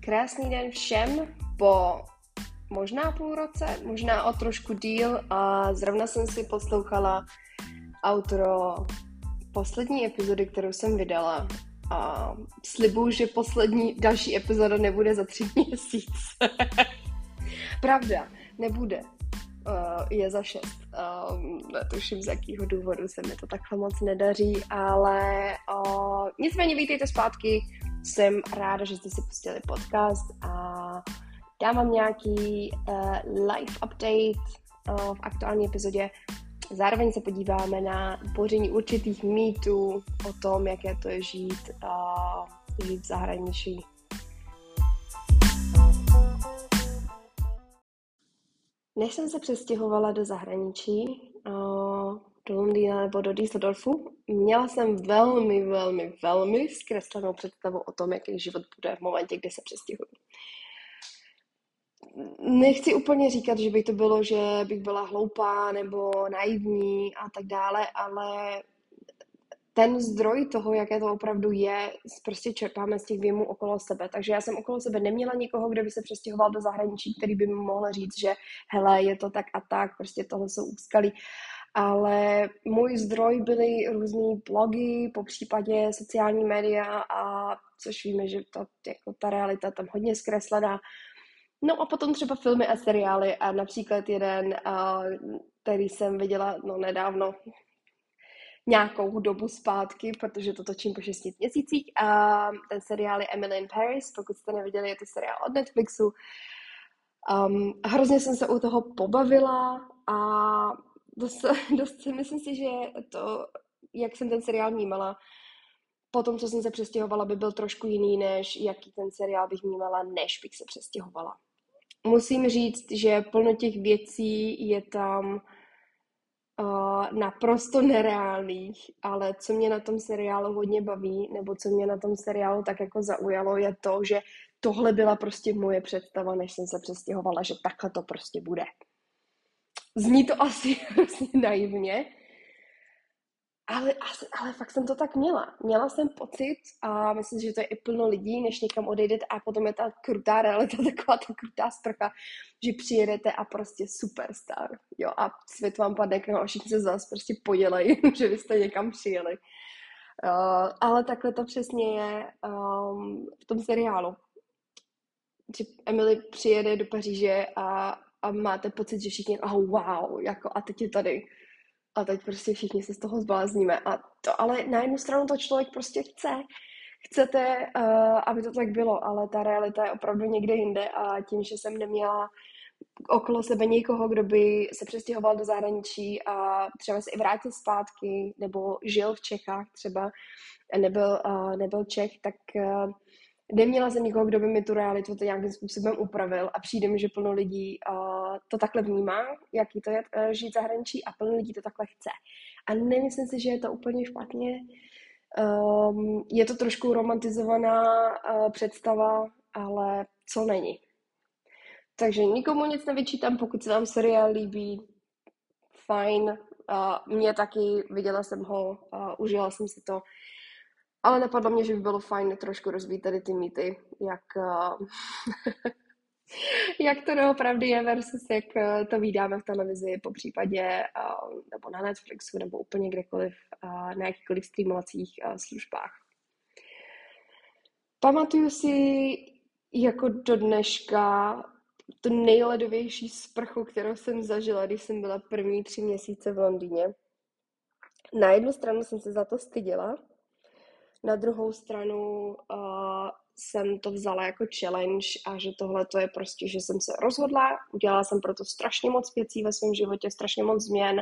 Krásný den všem po možná půl roce, možná o trošku díl a zrovna jsem si poslouchala outro poslední epizody, kterou jsem vydala a slibuju, že další epizoda nebude za 3 měsíce. Pravda, nebude. Je za 6. Netuším, z jakého důvodu se mi to takhle moc nedaří, ale nicméně vítejte zpátky. Jsem ráda, že jste si pustili podcast a dám vám nějaký live update v aktuální epizodě. Zároveň se podíváme na boření určitých mýtů o tom, jaké to je žít v zahraničí. Než jsem se přestěhovala do zahraničí, do Londýna nebo do Düsseldorfu, měla jsem velmi zkreslenou představu o tom, jaký život bude v momentě, kdy se přestěhuji. Nechci úplně říkat, že by to bylo, že bych byla hloupá nebo naivní a tak dále, ale ten zdroj toho, jaké to opravdu je, prostě čerpáme z těch věmů okolo sebe. Takže já jsem okolo sebe neměla nikoho, kdo by se přestěhoval do zahraničí, který by mi mohl říct, že hele, je to tak a tak, prostě tohle jsou úskalí. Ale můj zdroj byly různý blogy, popřípadě sociální média, a což víme, že ta realita tam hodně zkreslená. No a potom třeba filmy a seriály a například jeden, který jsem viděla nedávno, nějakou dobu zpátky, protože to točím po 6 měsících, a ten seriál je Emily in Paris. Pokud jste neviděli, je to seriál od Netflixu. Hrozně jsem se u toho pobavila a dost myslím si, že to, jak jsem ten seriál vnímala, po tom, co jsem se přestěhovala, by byl trošku jiný, než jaký ten seriál bych vnímala, než bych se přestěhovala. Musím říct, že plno těch věcí je tam naprosto nereálných, ale co mě na tom seriálu hodně baví, nebo co mě na tom seriálu tak jako zaujalo, je to, že tohle byla prostě moje představa, než jsem se přestěhovala, že takhle to prostě bude. Zní to asi hrozně naivně, ale fakt jsem to tak měla. Měla jsem pocit, a myslím, že to je i plno lidí, než někam odejdete a potom je ta krutá realita, taková ta krutá sprcha, že přijedete a prostě superstar. Jo, a svět vám padne k nohou a všichni se zase prostě podělají, že vy jste někam přijeli. Ale takhle to přesně je v tom seriálu. Že Emily přijede do Paříže a máte pocit, že všichni wow, jako a teď je tady. A teď prostě všichni se z toho zblázníme. A to, ale na jednu stranu to člověk prostě chcete, aby to tak bylo, ale ta realita je opravdu někde jinde a tím, že jsem neměla okolo sebe někoho, kdo by se přestěhoval do zahraničí a třeba se i vrátil zpátky, nebo žil v Čechách třeba, nebyl Čech, tak neměla jsem nikoho, kdo by mi tu realitu to nějakým způsobem upravil, a přijde mi, že plno lidí to takhle vnímá, jaký to je žít v zahraničí, a plno lidí to takhle chce. A nemyslím si, že je to úplně špatně. Je to trošku romantizovaná představa, ale co není. Takže nikomu nic nevyčítám, pokud se vám seriál líbí, fajn. Mě taky, viděla jsem ho, užila jsem si to. Ale napadlo mě, že by bylo fajn trošku rozbít tady ty mýty, jak to doopravdy je versus jak to vídáme v televizi, po případě nebo na Netflixu, nebo úplně kdekoliv, na jakýchkoliv streamovacích službách. Pamatuju si jako do dneška tu nejledovější sprchu, kterou jsem zažila, když jsem byla první 3 měsíce v Londýně. Na jednu stranu jsem se za to styděla, na druhou stranu jsem to vzala jako challenge a že tohle to je prostě, že jsem se rozhodla, udělala jsem proto strašně moc věcí ve svém životě, strašně moc změn.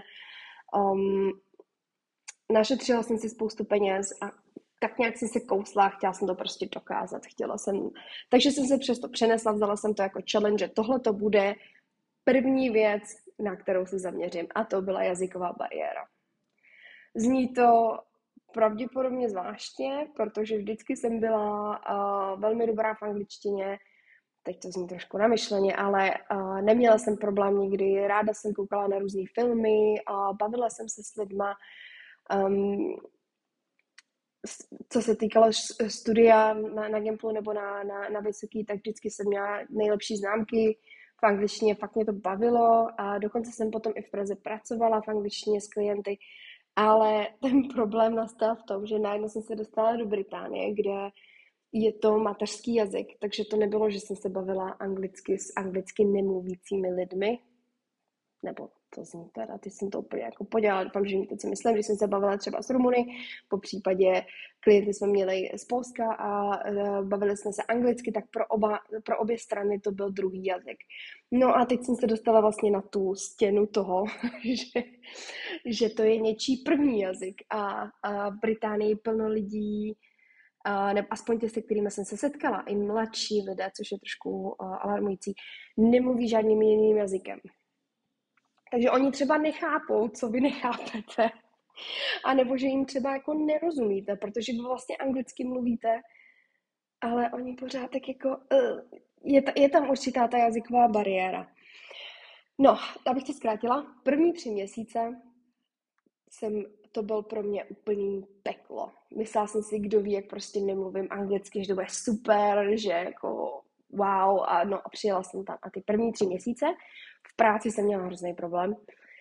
Našetřila jsem si spoustu peněz a tak nějak jsem se kousla, chtěla jsem to prostě dokázat, takže jsem se přesto přenesla, vzala jsem to jako challenge, že tohle to bude první věc, na kterou se zaměřím, a to byla jazyková bariéra. Zní to pravděpodobně zvláštně, protože vždycky jsem byla velmi dobrá v angličtině, teď to zní trošku namyšleně, ale neměla jsem problém nikdy, ráda jsem koukala na různý filmy, bavila jsem se s lidma, co se týkalo studia na Gimplu nebo na vysoký, tak vždycky jsem měla nejlepší známky v angličtině, fakt mě to bavilo a dokonce jsem potom i v Praze pracovala v angličtině s klienty, ale ten problém nastal v tom, že najednou jsem se dostala do Británie, kde je to mateřský jazyk, takže to nebylo, že jsem se bavila anglicky s anglicky nemluvícími lidmi, nebo to zní teda, ty jsem to úplně jako podělala, doufám, že víte, co myslím, když jsem se bavila třeba s Rumuny, po případě klienty jsme měli z Polska a bavili jsme se anglicky, tak pro obě strany to byl druhý jazyk. No a teď jsem se dostala vlastně na tu stěnu toho, že to je něčí první jazyk a v Británii plno lidí, nebo aspoň ty, se kterými jsem se setkala, i mladší lidé, což je trošku alarmující, nemluví žádným jiným jazykem. Takže oni třeba nechápou, co vy nechápete. A nebo že jim třeba jako nerozumíte, protože vy vlastně anglicky mluvíte, ale oni pořád tak jako... Je tam určitá ta jazyková bariéra. No, abych to zkrátila. První 3 měsíce to byl pro mě úplný peklo. Myslela jsem si, kdo ví, jak prostě nemluvím anglicky, že to bude super, že jako wow, a přijela jsem tam. A ty první 3 měsíce v práci jsem měla hrozný problém.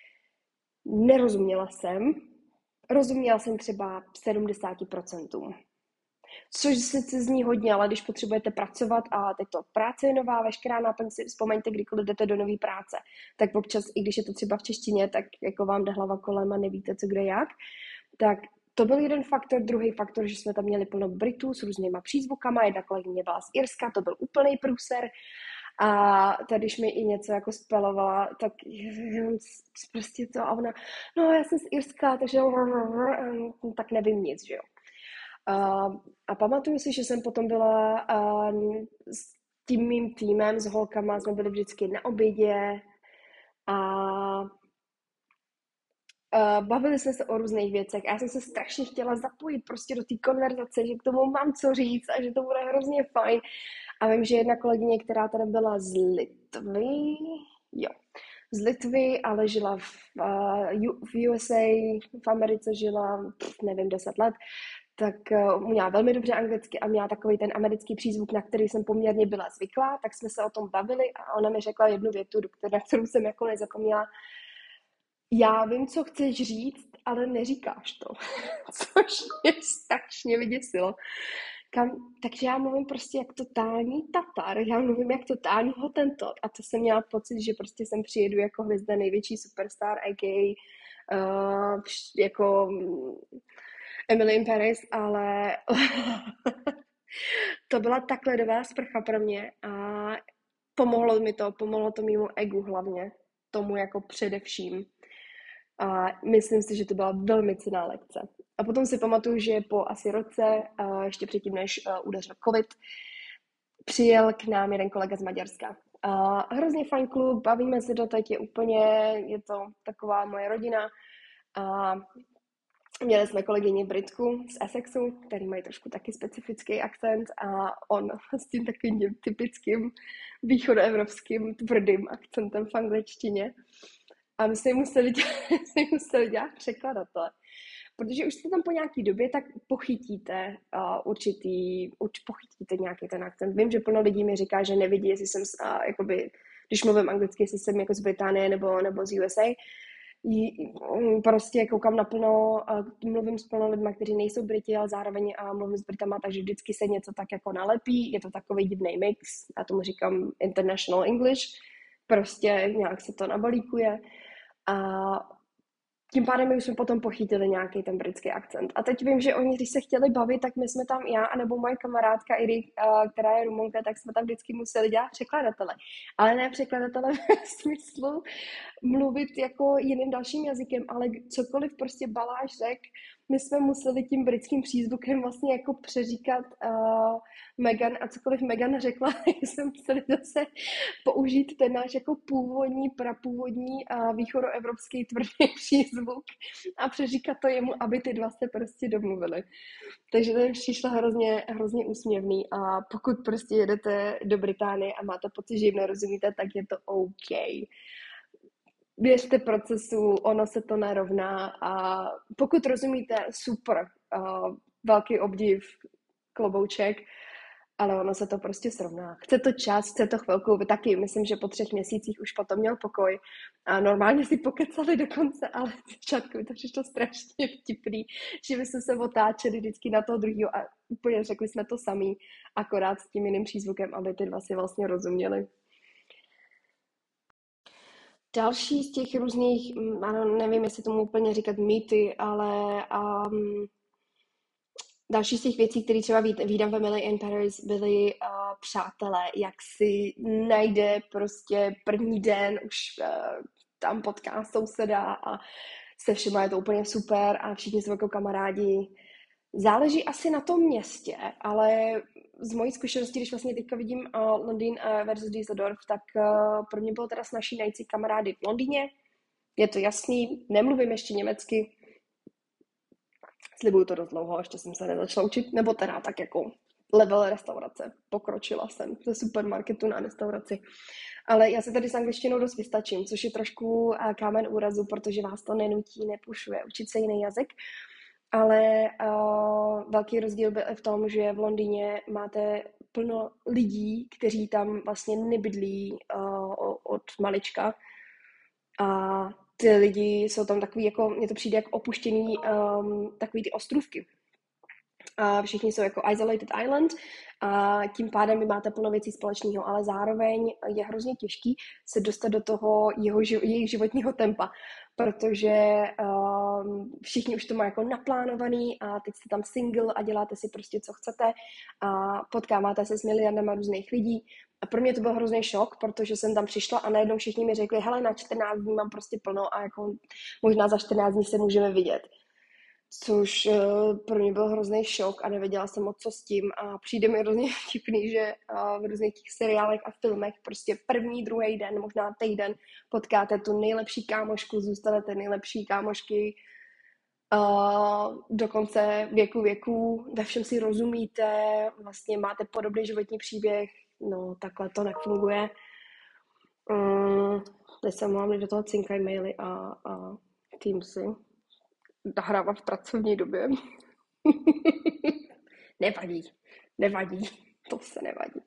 Rozuměla jsem třeba 70%. Což sice zní hodně, ale když potřebujete pracovat a teď to práce je nová, veškerá náplň, si vzpomeňte, kdykoliv jdete do nové práce, tak občas, i když je to třeba v češtině, tak jako vám jde hlava kolem a nevíte, co kde jak, tak to byl jeden faktor. Druhý faktor, že jsme tam měli plno Britů s různýma přízvukama, jedna kolegyně byla z Irska, to byl úplný průser. A tady, když mi i něco jako spelovala, tak prostě to a ona, no já jsem z Irska, takže tak nevím nic, že jo. A pamatuju si, že jsem potom byla s tím mým týmem, s holkama, jsme byli vždycky na obědě a bavili jsme se o různých věcech a já jsem se strašně chtěla zapojit prostě do té konverzace, že k tomu mám co říct a že to bude hrozně fajn. A vím, že jedna kolegyně, která tady byla z Litvy, ale žila v USA, v Americe žila, nevím, 10 let, tak měla velmi dobře anglicky a měla takový ten americký přízvuk, na který jsem poměrně byla zvyklá, tak jsme se o tom bavili a ona mi řekla jednu větu, na kterou jsem jako nezapomněla. Já vím, co chceš říct, ale neříkáš to, což mě strašně vyděsilo. Takže já mluvím prostě jak totální Tatar, já mluvím jak totální Hotentot a to jsem měla pocit, že prostě sem přijedu jako hvězda, největší superstar, a.k.a. Jako Emily in Paris, ale to byla tak ledová sprcha pro mě a pomohlo to mému egu hlavně, tomu jako především. A myslím si, že to byla velmi cenná lekce. A potom si pamatuju, že po asi roce, ještě předtím, než udeřil covid, přijel k nám jeden kolega z Maďarska. Hrozně fajn kluk, bavíme se doteď, je to taková moje rodina. A měli jsme kolegyni Britku z Essexu, který mají trošku taky specifický akcent a on s tím takovým typickým východoevropským tvrdým akcentem v angličtině. A my jsme museli dělat překladatele. Protože už jste tam po nějaký době, tak pochytíte pochytíte nějaký ten akcent. Vím, že plno lidí mi říká, že nevidí, jestli jsem, když mluvím anglicky, jestli jsem jako z Británie nebo z USA. Prostě koukám mluvím s plno lidma, kteří nejsou Briti, ale zároveň mluvím s Britama, takže vždycky se něco tak jako nalepí. Je to takový divný mix. Já tomu říkám international English. Prostě nějak se to nabalíkuje. A tím pádem my už jsme potom pochytili nějaký ten britský akcent. A teď vím, že oni, když se chtěli bavit, tak my jsme tam, já anebo moje kamarádka Iri, která je Rumunka, tak jsme tam vždycky museli dělat překladatele. Ale ne překladatele v smyslu mluvit jako jiným dalším jazykem, ale cokoliv prostě Baláš řekl, my jsme museli tím britským přízvukem vlastně jako přeříkat Meghan a cokoliv Meghan řekla, jsme museli zase použít ten náš jako prapůvodní východoevropský tvrdý přízvuk a přeříkat to jemu, aby ty dva se prostě domluvili. Takže to je přišlo hrozně úsměvný a pokud prostě jedete do Británie a máte pocit, že jim nerozumíte, tak je to OK. Běžte procesu, ono se to narovná a pokud rozumíte, super, velký obdiv, klobouček, ale ono se to prostě srovná. Chce to čas, chce to chvilku, vy taky, myslím, že po 3 měsících už potom měl pokoj a normálně si pokecali dokonce, ale v začátku mi to přišlo strašně vtipný, že my jsme se otáčeli vždycky na toho druhého a úplně řekli jsme to samý, akorát s tím jiným přízvukem, aby ty dva si vlastně rozuměli. Další z těch různých, ano, nevím, jestli tomu úplně říkat mýty, ale další z těch věcí, které třeba vídám v Emily in Paris, byly přátelé, jak si najde prostě první den, už tam potká souseda a se všema je to úplně super a všichni jsou jako kamarádi. Záleží asi na tom městě, ale z mojí zkušenosti, když vlastně teďka vidím Londýn versus Düsseldorf, tak pro mě bylo teda snažší najít si kamarády v Londýně. Je to jasný, nemluvím ještě německy, slibuju to dost dlouho, ještě jsem se nezačala učit, nebo teda tak jako level restaurace. Pokročila jsem ze supermarketu na restauraci. Ale já se tady s angličtinou dost vystačím, což je trošku kámen úrazu, protože vás to nenutí, nepušuje učit se jiný jazyk. Ale velký rozdíl byl v tom, že v Londýně máte plno lidí, kteří tam vlastně nebydlí od malička. A ty lidi jsou tam takový, jako, mně to přijde jako opuštěný, takový ty ostrůvky. A všichni jsou jako isolated island a tím pádem vy máte plno věcí společného, ale zároveň je hrozně těžký se dostat do toho jejich životního tempa, protože všichni už to mají jako naplánovaný a teď jste tam single a děláte si prostě, co chcete a potkáváte se s miliardama různých lidí. A pro mě to byl hrozný šok, protože jsem tam přišla a najednou všichni mi řekli, hele, na 14 dní mám prostě plno a jako možná za 14 dní se můžeme vidět. Což pro mě byl hrozný šok a nevěděla jsem moc co s tím a přijde mi hrozně vtipný, že v různých těch seriálech a filmech prostě první, druhý den, možná týden potkáte tu nejlepší kámošku, zůstanete nejlepší kámošky do konce věku, ve všem si rozumíte, vlastně máte podobný životní příběh, no takhle to nefunguje. Teď se mám do toho cinkají maily a Teamsy nahrávat v pracovní době. Nevadí, to se nevadí.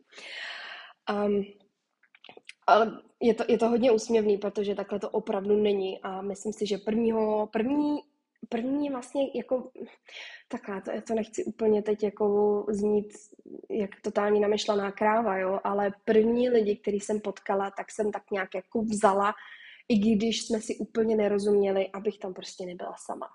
Ale je to hodně úsměvný, protože takhle to opravdu není a myslím si, že první vlastně jako takhle, to nechci úplně teď jako znít jak totálně namyšlená kráva, jo, ale první lidi, který jsem potkala, tak jsem tak nějak jako vzala, i když jsme si úplně nerozuměli, abych tam prostě nebyla sama.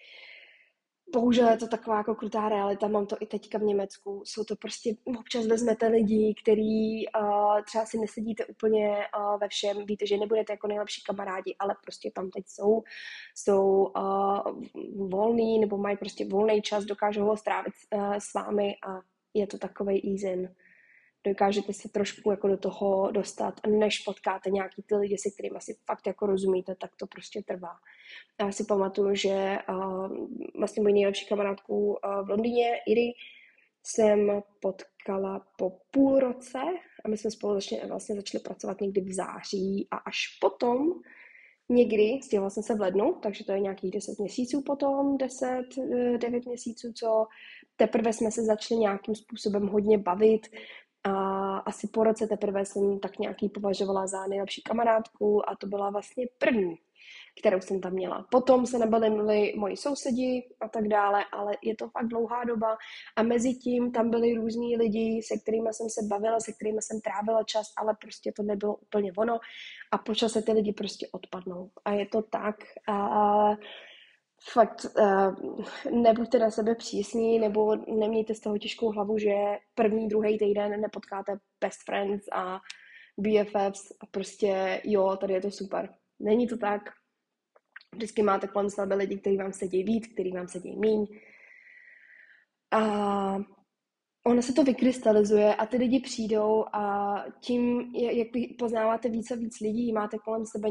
Bohužel je to taková jako krutá realita, mám to i teďka v Německu. Jsou to prostě, občas vezmete lidi, který třeba si nesedíte úplně ve všem, víte, že nebudete jako nejlepší kamarádi, ale prostě tam teď jsou volný nebo mají prostě volný čas, dokážou ho strávit s vámi a je to takovej easy. Dokážete se trošku jako do toho dostat, než potkáte nějaký ty lidi, se kterými si fakt jako rozumíte, tak to prostě trvá. Já si pamatuju, že vlastně moji nejlepší kamarádku v Londýně, Iry, jsem potkala po půl roce a my jsme spolu vlastně začali pracovat někdy v září a až potom někdy, stěhovala jsem se v lednu, takže to je nějakých 10 měsíců potom, 9 měsíců, co teprve jsme se začali nějakým způsobem hodně bavit. A asi po roce teprve jsem tak nějaký považovala za nejlepší kamarádku a to byla vlastně první, kterou jsem tam měla. Potom se nabili moji sousedi a tak dále, ale je to fakt dlouhá doba a mezi tím tam byli různí lidi, se kterými jsem se bavila, se kterými jsem trávila čas, ale prostě to nebylo úplně ono a po čase ty lidi prostě odpadnou. A je to tak a fakt nebuďte na sebe přísní nebo nemějte z toho těžkou hlavu, že první, druhý týden nepotkáte best friends a BFFs a prostě jo, tady je to super. Není to tak. Vždycky máte kolem sebe lidi, kteří vám sedí víc, kteří vám sedí míň. A ono se to vykrystalizuje a ty lidi přijdou a tím, jak poznáváte víc a víc lidí, máte kolem sebe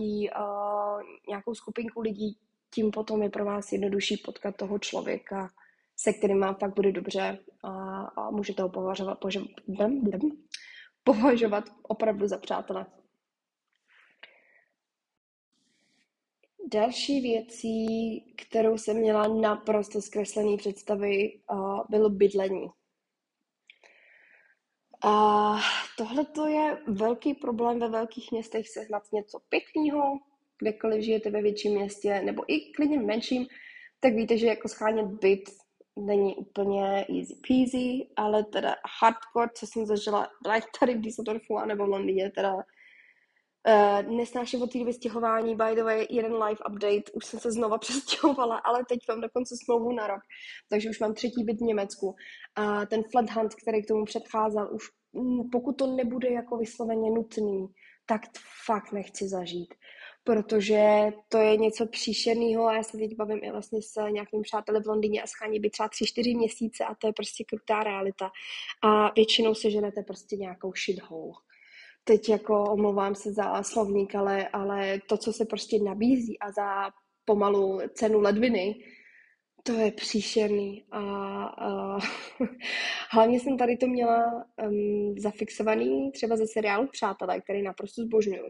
nějakou skupinku lidí, tím potom je pro vás jednodušší potkat toho člověka, se kterým vám fakt bude dobře a můžete ho považovat opravdu za přátele. Další věcí, kterou jsem měla naprosto zkreslený představy, bylo bydlení. A tohle to je velký problém ve velkých městech sehnat něco pěkného, kdekoliv žijete ve větším městě, nebo i klidně v menším, tak víte, že jako schánět byt není úplně easy peasy, ale teda hardcore, co jsem zažila, byla tady v Düsseldorfu nebo v Londýně, teda nesnáším od té doby stěhování, by the way, jeden live update, už jsem se znova přestěhovala, ale teď mám dokonce smlouvu na rok, takže už mám třetí byt v Německu. A ten flat hunt, který k tomu předcházel, už pokud to nebude jako vysloveně nutný, tak fakt nechci zažít. Protože to je něco příšerného a já se teď bavím i vlastně s nějakým přáteli v Londýně a schání byt třeba 3-4 měsíce a to je prostě krutá realita. A většinou se ženete prostě nějakou shithole. Teď jako omlouvám se za slovník, ale to, co se prostě nabízí a za pomalu cenu ledviny, to je příšerný. A hlavně jsem tady to měla zafixovaný třeba ze seriálu Přátelé, který naprosto zbožňuju.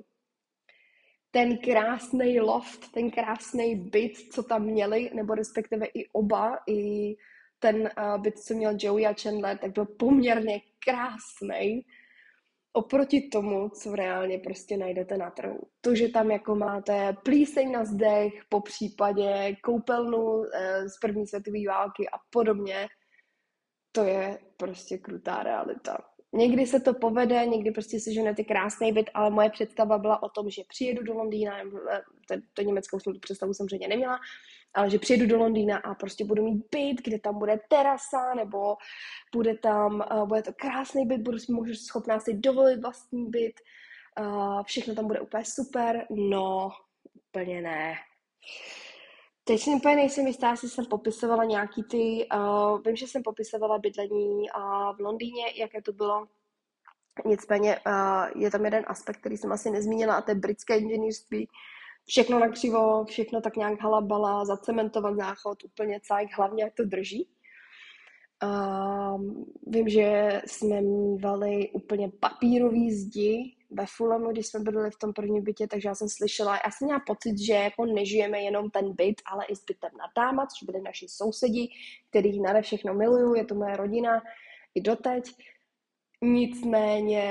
Ten krásný loft, ten krásný byt, co tam měli, nebo respektive i oba, i ten byt, co měl Joey a Chandler, tak byl poměrně krásný oproti tomu, co reálně prostě najdete na trhu. To, že tam jako máte plíseň na zdech, po případě koupelnu z první světové války a podobně, to je prostě krutá realita. Někdy se to povede, někdy prostě si ženete krásný byt, ale moje představa byla o tom, že přijedu do Londýna, to německou jsem tu představu samozřejmě neměla, ale že přijedu do Londýna a prostě budu mít byt, kde tam bude terasa, nebo bude to krásný byt, můžu schopná si dovolit vlastní byt, všechno tam bude úplně super, no, úplně ne. Teď si úplně nejsem jistá, jestli jsem popisovala nějaký vím, že jsem popisovala bydlení v Londýně, jaké to bylo. Nicméně je tam jeden aspekt, který jsem asi nezmínila, a to je britské inženýrství. Všechno nakřivo, všechno tak nějak halabala, zacementovat záchod, úplně cajk, hlavně jak to drží. Vím, že jsme mívali úplně papírový zdi ve Fulhamu, když jsme byli v tom prvním bytě, takže já jsem slyšela, já jsem měla pocit, že jako nežijeme jenom ten byt, ale i s bytem nad náma, což byli naši sousedi, kterých nade všechno miluju, je to moje rodina i doteď. Nicméně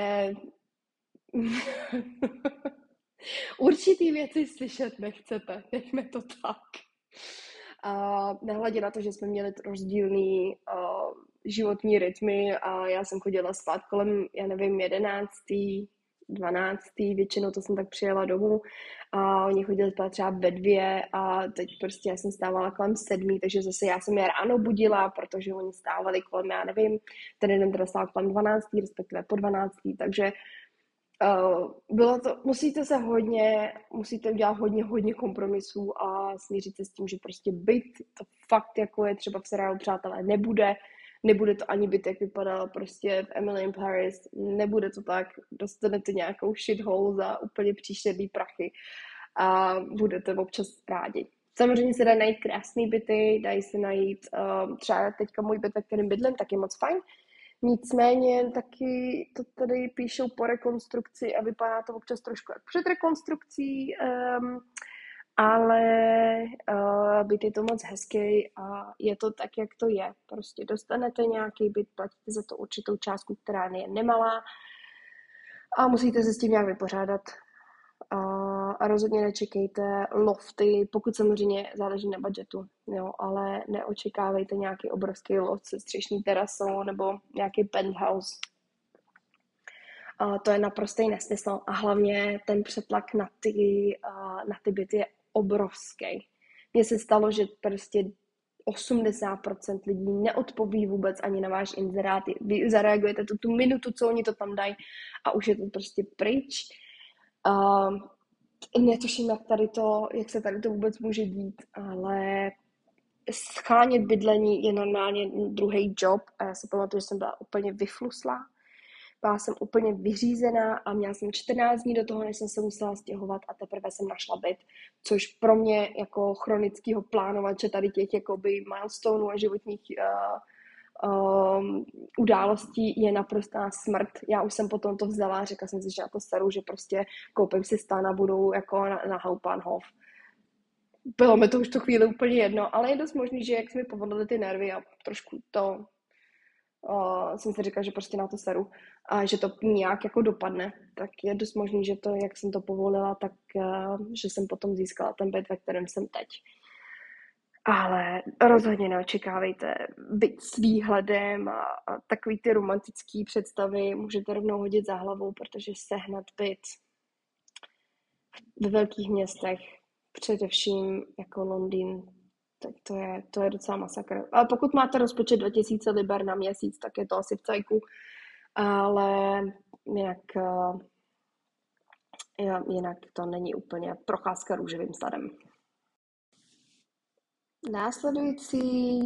určitý věci slyšet nechcete, nechme to tak. Nehledě na to, že jsme měli rozdílný životní rytmy a já jsem chodila spát kolem, já nevím, 11., 12., většinou to jsem tak přijela domů a oni chodili spát třeba ve 2 a teď prostě já jsem stávala kolem 7, takže zase já jsem je ráno budila, protože oni stávali kolem, já nevím, ten jeden teda stál kolem 12, respektive po 12, takže bylo to, musíte udělat hodně kompromisů a smířit se s tím, že prostě byt, to fakt jako je třeba v seriálu Přátelé, nebude to ani byt, jak vypadalo prostě v Emily in Paris, nebude to tak, dostanete nějakou shithole za úplně příšerný prachy a budete občas rádi. Samozřejmě se dá najít krásný byty, dají se najít, třeba teďka můj byt, ve kterém bydlím, tak je moc fajn. Nicméně taky to tady píšou po rekonstrukci a vypadá to občas trošku jak před rekonstrukcí, ale byt je to moc hezký a je to tak, jak to je. Prostě dostanete nějaký byt, platíte za to určitou částku, která je nemalá a musíte se s tím nějak vypořádat. A rozhodně nečekejte lofty, pokud samozřejmě záleží na budžetu, jo, ale neočekávejte nějaký obrovský loft se střešní terasou nebo nějaký penthouse. To je naprostý nesmysl a hlavně ten přetlak na ty byty je obrovský. Mně se stalo, že prostě 80% lidí neodpoví vůbec ani na váš inzerát. Vy zareagujete tu minutu, co oni to tam dají a už je to prostě pryč. Netuším, jak se tady to vůbec může dít, ale schánět bydlení je normálně druhý job a já si pamatuju, že jsem byla úplně vyfluslá. Byla jsem úplně vyřízená a měla jsem 14 dní do toho, než jsem se musela stěhovat a teprve jsem našla byt, což pro mě jako chronického plánovače tady těch jakoby milestoneů a životních událostí je naprostá smrt. Já už jsem potom to vzala a řekla jsem si, že na to seru, že prostě koupím si stan a budu jako na Hauptbahnhof. bylo mi to už tu chvíli úplně jedno, ale je dost možný, že jak jsme povolili ty nervy a trošku to jsem si říkala, že prostě na to seru a že to nějak jako dopadne, tak je dost možný, že to, jak jsem to povolila, tak že jsem potom získala ten byt, ve kterém jsem teď. Ale rozhodně neočekávejte být s výhledem a takový ty romantický představy můžete rovnou hodit za hlavou, protože sehnat byt ve velkých městech, především jako Londýn, tak to je docela masakr. Ale pokud máte rozpočet 2000 liber na měsíc, tak je to asi v cajku, ale jinak, jinak to není úplně procházka růžovým sadem. Následující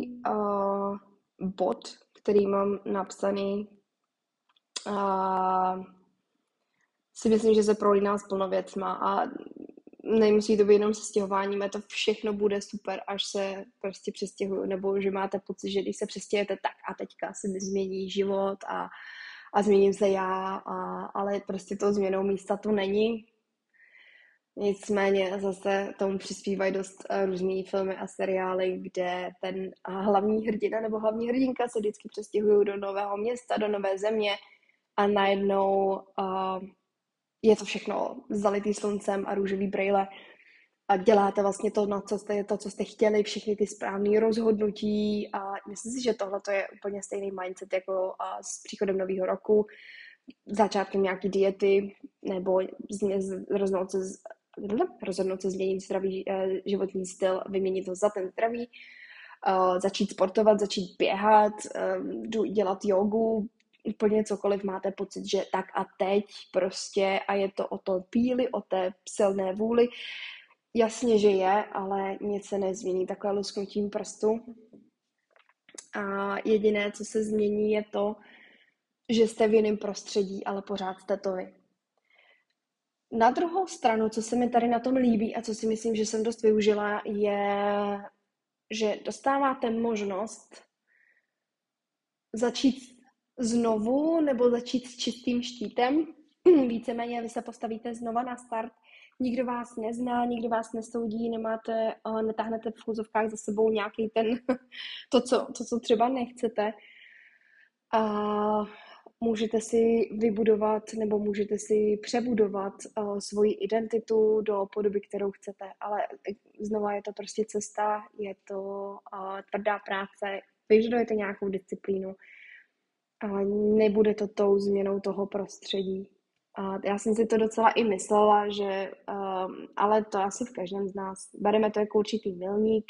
bod, který mám napsaný, si myslím, že se prolíná s plno věcma a nemusí to být jenom se stěhováním, a to všechno bude super, až se prostě přestěhuju, nebo že máte pocit, že když se přestěhujete, tak a teďka se mi změní život a změním se já, ale prostě tou změnou místa to není. Nicméně zase tomu přispívají dost různý filmy a seriály, kde ten hlavní hrdina nebo hlavní hrdinka se vždycky přestěhují do nového města, do nové země a najednou je to všechno zalitý sluncem a růžový brejle a děláte vlastně to, co jste chtěli, všechny ty správné rozhodnutí a myslím si, že tohle je úplně stejný mindset jako s příchodem nového roku, začátkem nějaký diety nebo rozhodnout se změnit zdravý životní styl, vyměnit ho za ten zdravý, začít sportovat, začít běhat, dělat jogu, úplně cokoliv máte pocit, že tak a teď prostě a je to o tom píli, o té silné vůli. Jasně, že je, ale nic se nezmění takhle lusknutím prstu. A jediné, co se změní, je to, že jste v jiném prostředí, ale pořád jste to vy. Na druhou stranu, co se mi tady na tom líbí a co si myslím, že jsem dost využila, je, že dostáváte možnost začít znovu nebo začít s čistým štítem. Víceméně vy se postavíte znova na start. Nikdo vás nezná, nikdo vás nesoudí, netáhnete v chůzovkách za sebou nějaký to, co třeba nechcete. A můžete si vybudovat nebo můžete si přebudovat svoji identitu do podoby, kterou chcete. Ale znova je to prostě cesta, je to tvrdá práce, vyžadujete nějakou disciplínu. Ale nebude to tou změnou toho prostředí. A já jsem si to docela i myslela, že, ale to asi v každém z nás. Bereme to jako určitý milník.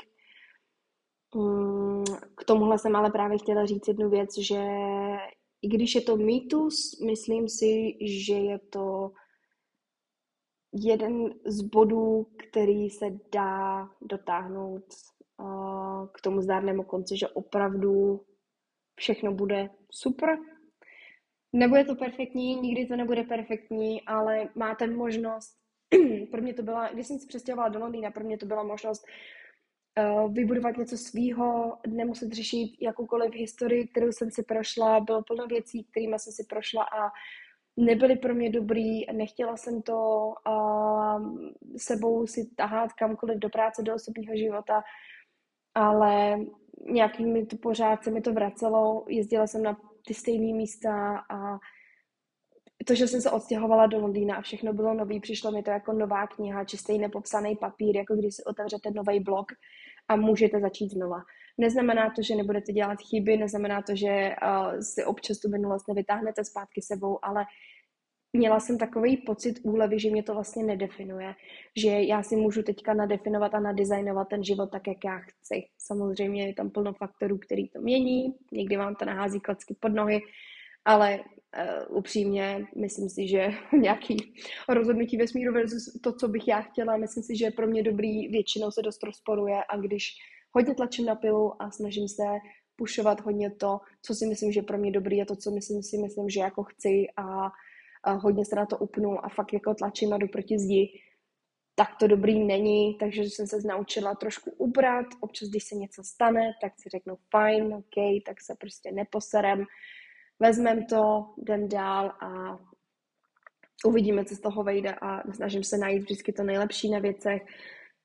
K tomuhle jsem ale právě chtěla říct jednu věc, že i když je to mýtus, myslím si, že je to jeden z bodů, který se dá dotáhnout k tomu zdárnému konci, že opravdu všechno bude super. Nebude to perfektní, nikdy to nebude perfektní, ale máte možnost, pro mě to byla, když jsem se přestěhovala do Londýna, pro mě to byla možnost vybudovat něco svýho, nemuset řešit jakoukoliv historii, kterou jsem si prošla, bylo plno věcí, kterými jsem si prošla a nebyly pro mě dobrý, nechtěla jsem to sebou si tahat kamkoliv do práce, do osobního života, ale nějakými to pořád se mi to vracelo, jezdila jsem na ty stejné místa a to, že jsem se odstěhovala do Londýna a všechno bylo nový, přišlo mi to jako nová kniha, čistý nepopsaný papír, jako když si otevřete nový blog a můžete začít znova. Neznamená to, že nebudete dělat chyby, neznamená to, že si občas tu minulost nevytáhnete zpátky sebou, ale měla jsem takový pocit úlevy, že mě to vlastně nedefinuje, že já si můžu teďka nadefinovat a nadizajnovat ten život tak, jak já chci. Samozřejmě je tam plno faktorů, který to mění, někdy vám to nahází klacky pod nohy, ale upřímně myslím si, že nějaký rozhodnutí vesmíru versus to, co bych já chtěla, myslím si, že je pro mě dobrý, většinou se dost rozporuje a když hodně tlačím na pilu a snažím se pušovat hodně to, co si myslím, že je pro mě dobrý a to, co myslím, že jako chci a hodně se na to upnu a fakt jako tlačím a jdu proti zdi, tak to dobrý není, takže jsem se naučila trošku ubrat, občas, když se něco stane, tak si řeknu fajn, ok, tak se prostě neposerem, vezmem to, jdem dál a uvidíme, co z toho vejde a snažím se najít vždycky to nejlepší na věcech.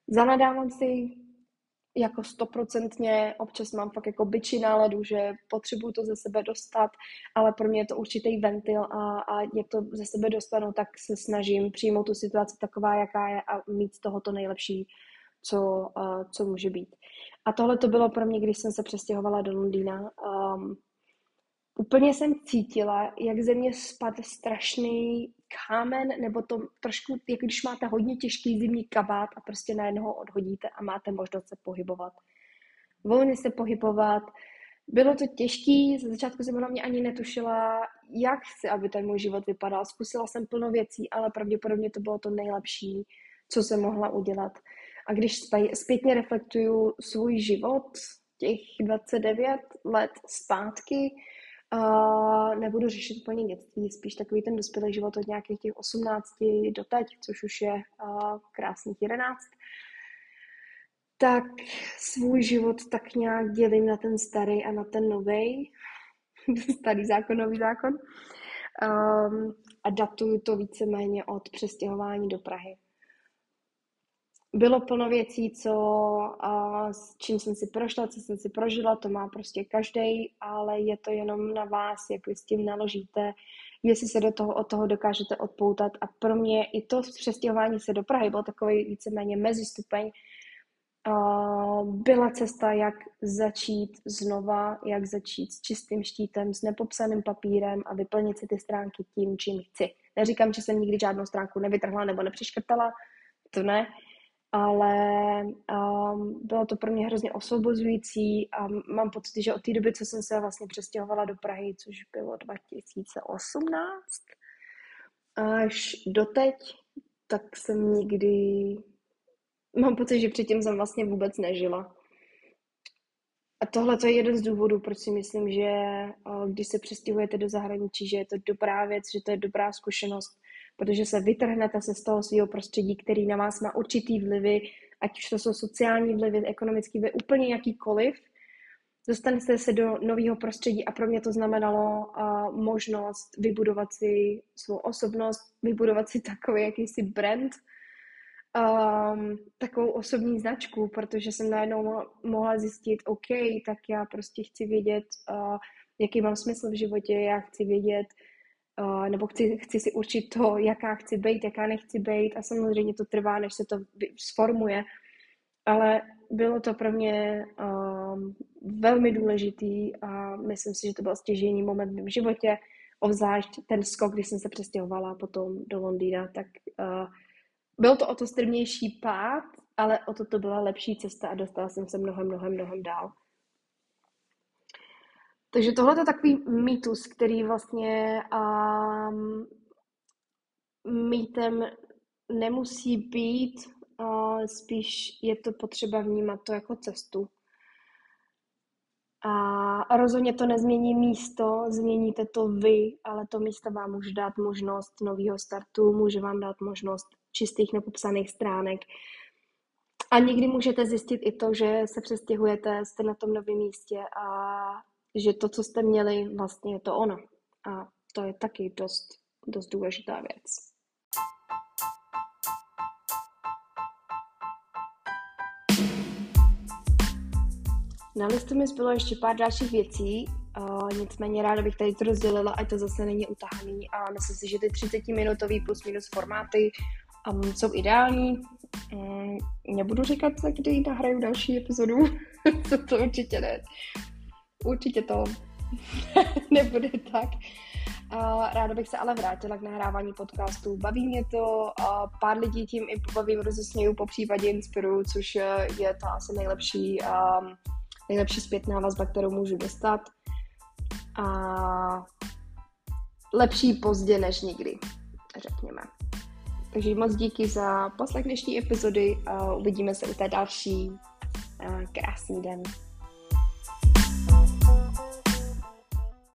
Zanadávám si jako 100%, občas mám fakt jako biči náladu, že potřebuju to ze sebe dostat, ale pro mě je to určitý ventil a jak to ze sebe dostanu, tak se snažím přijmout tu situaci taková, jaká je a mít z toho to nejlepší, co může být. A tohle to bylo pro mě, když jsem se přestěhovala do Londýna. Úplně jsem cítila, jak ze mě spadl strašný kámen, nebo to trošku, jako když máte hodně těžký zimní kabát a prostě najednou ho odhodíte a máte možnost se pohybovat. Volně se pohybovat. Bylo to těžký, ze začátku jsem hlavně ani netušila, jak chci, aby ten můj život vypadal. Zkusila jsem plno věcí, ale pravděpodobně to bylo to nejlepší, co jsem mohla udělat. A když zpětně reflektuju svůj život, těch 29 let zpátky, nebudu řešit úplně dětství, spíš takový ten dospělý život od nějakých těch 18 do teď, což už je krásných 11, tak svůj život tak nějak dělím na ten starý a na ten novej, starý zákon, nový zákon, a datuju to víceméně od přestěhování do Prahy. Bylo plno věcí, s čím jsem si prošla, co jsem si prožila, to má prostě každej, ale je to jenom na vás, jak vy s tím naložíte, jestli se od toho dokážete odpoutat. A pro mě i to přestěhování se do Prahy byl takový víceméně mezistupeň. Byla cesta, jak začít znova, jak začít s čistým štítem, s nepopsaným papírem a vyplnit si ty stránky tím, čím chci. Neříkám, že jsem nikdy žádnou stránku nevytrhla nebo nepřeškrtala, to ne, ale bylo to pro mě hrozně osvobozující a mám pocit, že od té doby, co jsem se vlastně přestěhovala do Prahy, což bylo 2018, až doteď, tak jsem mám pocit, že předtím jsem vlastně vůbec nežila. A tohle to je jeden z důvodů, proč si myslím, že když se přestěhujete do zahraničí, že je to dobrá věc, že to je dobrá zkušenost, protože se vytrhnete se z toho svého prostředí, který na vás má určitý vlivy, ať už to jsou sociální vlivy, ekonomický vlivy, úplně jakýkoliv. Dostanete se do nového prostředí a pro mě to znamenalo možnost vybudovat si svou osobnost, vybudovat si takový jakýsi brand, takovou osobní značku, protože jsem najednou mohla zjistit, OK, tak já prostě chci vědět, jaký mám smysl v životě, já chci vědět, nebo chci si určit to, jaká chci být, jaká nechci být a samozřejmě to trvá, než se to sformuje, ale bylo to pro mě velmi důležitý a myslím si, že to byl stěžejní moment v mém životě, obzvlášť ten skok, když jsem se přestěhovala potom do Londýna, tak byl to o to strmější pád, ale o to byla lepší cesta a dostala jsem se mnohem dál. Takže tohle je takový mýtus, který vlastně mýtem nemusí být, spíš je to potřeba vnímat to jako cestu. A rozhodně to nezmění místo, změníte to vy, ale to místo vám může dát možnost nového startu, může vám dát možnost čistých nepopsaných stránek. A někdy můžete zjistit i to, že se přestěhujete, jste na tom novém místě a že to, co jste měli, vlastně je to ono. A to je taky dost důležitá věc. Na listu mi zbylo ještě pár dalších věcí, nicméně ráda bych tady to rozdělila, ať to zase není utahaný a myslím si, že ty 30-minutový plus minus formáty jsou ideální. Nebudu říkat, kdy nahraju další epizodu, to určitě ne. Určitě to nebude tak. Ráda bych se ale vrátila k nahrávání podcastů. Baví mě to, pár lidí tím i pobavím, rozesměju, popřípadě inspiruju, což je to asi nejlepší zpětná vazba, kterou můžu dostat. A lepší pozdě než nikdy, řekněme. Takže moc díky za poslech dnešní epizody a uvidíme se u té další. Krásný den.